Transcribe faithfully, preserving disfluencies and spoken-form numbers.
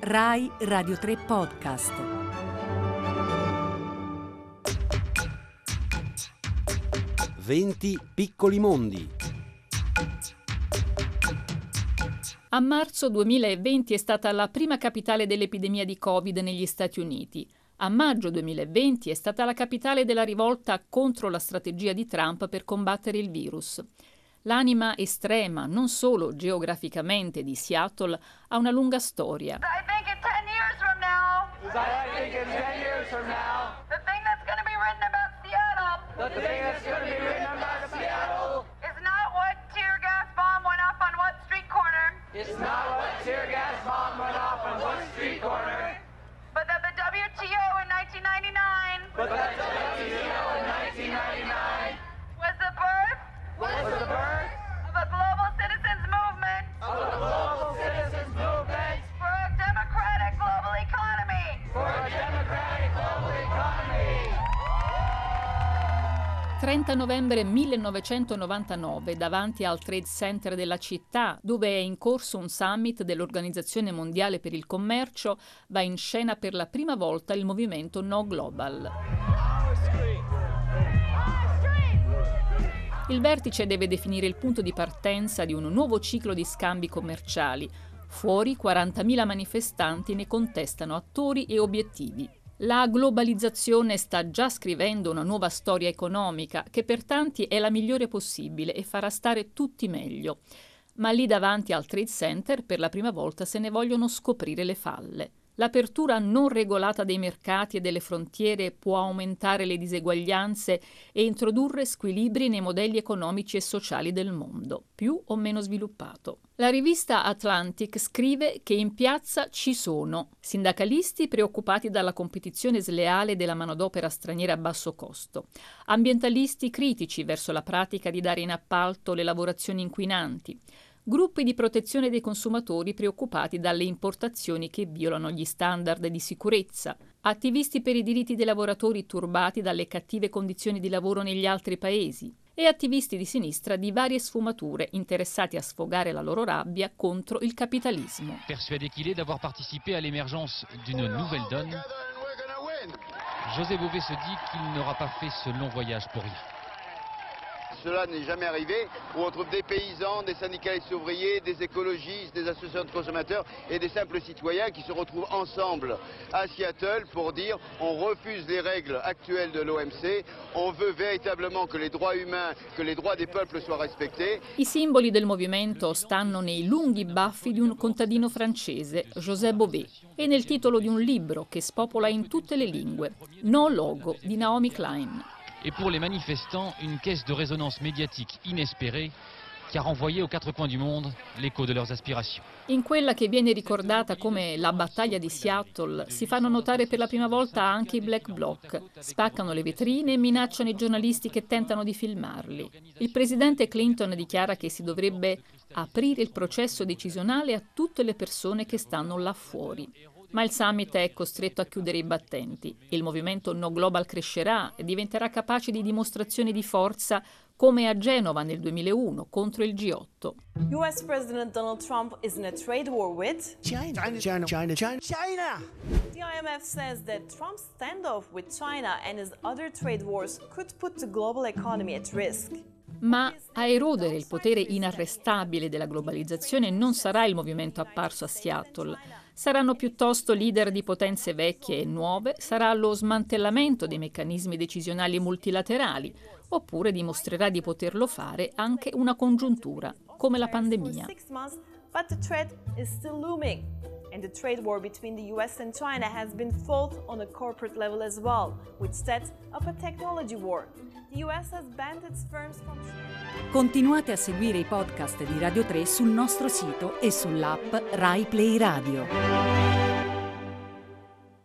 Rai Radio tre Podcast. venti piccoli mondi. A marzo duemilaventi è stata la prima capitale dell'epidemia di Covid negli Stati Uniti. A maggio duemilaventi è stata la capitale della rivolta contro la strategia di Trump per combattere il virus. L'anima estrema, non solo geograficamente, di Seattle ha una lunga storia. I think in ten years from now, I think in ten years from now, the thing that's going to be written about Seattle the thing that's going to be written about Seattle is not what tear gas bomb went off on what street corner, is not what tear gas bomb went off on what street corner, but that the W T O in nineteen ninety-nine but that the W T O in nineteen ninety-nine was the birth was the birth of a global citizens movement of a global citizens movement for a democratic global economy. for a democratic global economy. trenta novembre millenovecentonovantanove, davanti al Trade Center della città, dove è in corso un summit dell'Organizzazione Mondiale per il Commercio, va in scena per la prima volta il movimento No Global. Il vertice deve definire il punto di partenza di un nuovo ciclo di scambi commerciali. Fuori quarantamila manifestanti ne contestano attori e obiettivi. La globalizzazione sta già scrivendo una nuova storia economica che per tanti è la migliore possibile e farà stare tutti meglio. Ma lì davanti al Trade Center per la prima volta se ne vogliono scoprire le falle. L'apertura non regolata dei mercati e delle frontiere può aumentare le diseguaglianze e introdurre squilibri nei modelli economici e sociali del mondo, più o meno sviluppato. La rivista Atlantic scrive che in piazza ci sono sindacalisti preoccupati dalla competizione sleale della manodopera straniera a basso costo, ambientalisti critici verso la pratica di dare in appalto le lavorazioni inquinanti, gruppi di protezione dei consumatori preoccupati dalle importazioni che violano gli standard di sicurezza, attivisti per i diritti dei lavoratori turbati dalle cattive condizioni di lavoro negli altri paesi e attivisti di sinistra di varie sfumature interessati a sfogare la loro rabbia contro il capitalismo. Persuadé qu'il est d'avoir participé à l'émergence d'une nouvelle donne, José Bové se dit qu'il n'aura pas fait ce long voyage pour rien. Cela n'est jamais arrivé, où on trouve des paysans, des syndicalistes ouvriers, des écologistes, des associations de consommateurs et des simples citoyens qui se retrouvent ensemble à Seattle pour dire on refuse les règles actuelles de l'O M C, on veut véritablement que les droits humains, que les droits des peuples soient respectés. I simboli del movimento stanno nei lunghi baffi di un contadino francese, José Bové, e nel titolo di un libro che spopola in tutte le lingue, No Logo di Naomi Klein. Et pour les manifestants, une caisse de résonance médiatique inespérée qui a renvoyé aux quatre coins du monde l'écho de leurs aspirations. In quella che viene ricordata come la battaglia di Seattle si fanno notare per la prima volta anche i Black Bloc, spaccano le vetrine e minacciano i giornalisti che tentano di filmarli. Il presidente Clinton dichiara che si dovrebbe aprire il processo decisionale a tutte le persone che stanno là fuori. Ma il summit è costretto a chiudere i battenti. Il movimento No Global crescerà e diventerà capace di dimostrazioni di forza come a Genova nel duemilauno contro il G otto. U S President Donald Trump is in a trade war with China. China. China. China. China. The I M F says that Trump's standoff with China and his other trade wars could put the global economy at risk. Ma a erodere il potere inarrestabile della globalizzazione non sarà il movimento apparso a Seattle. Saranno piuttosto leader di potenze vecchie e nuove, sarà lo smantellamento dei meccanismi decisionali multilaterali, oppure dimostrerà di poterlo fare anche una congiuntura, come la pandemia. But the threat is still looming. And the trade war between the U S and China has been fought on a corporate level as well, which sets up a technology war. The U S has banned its firms from... Continuate a seguire i podcast di Radio tre sul nostro sito e sull'app Rai Play Radio.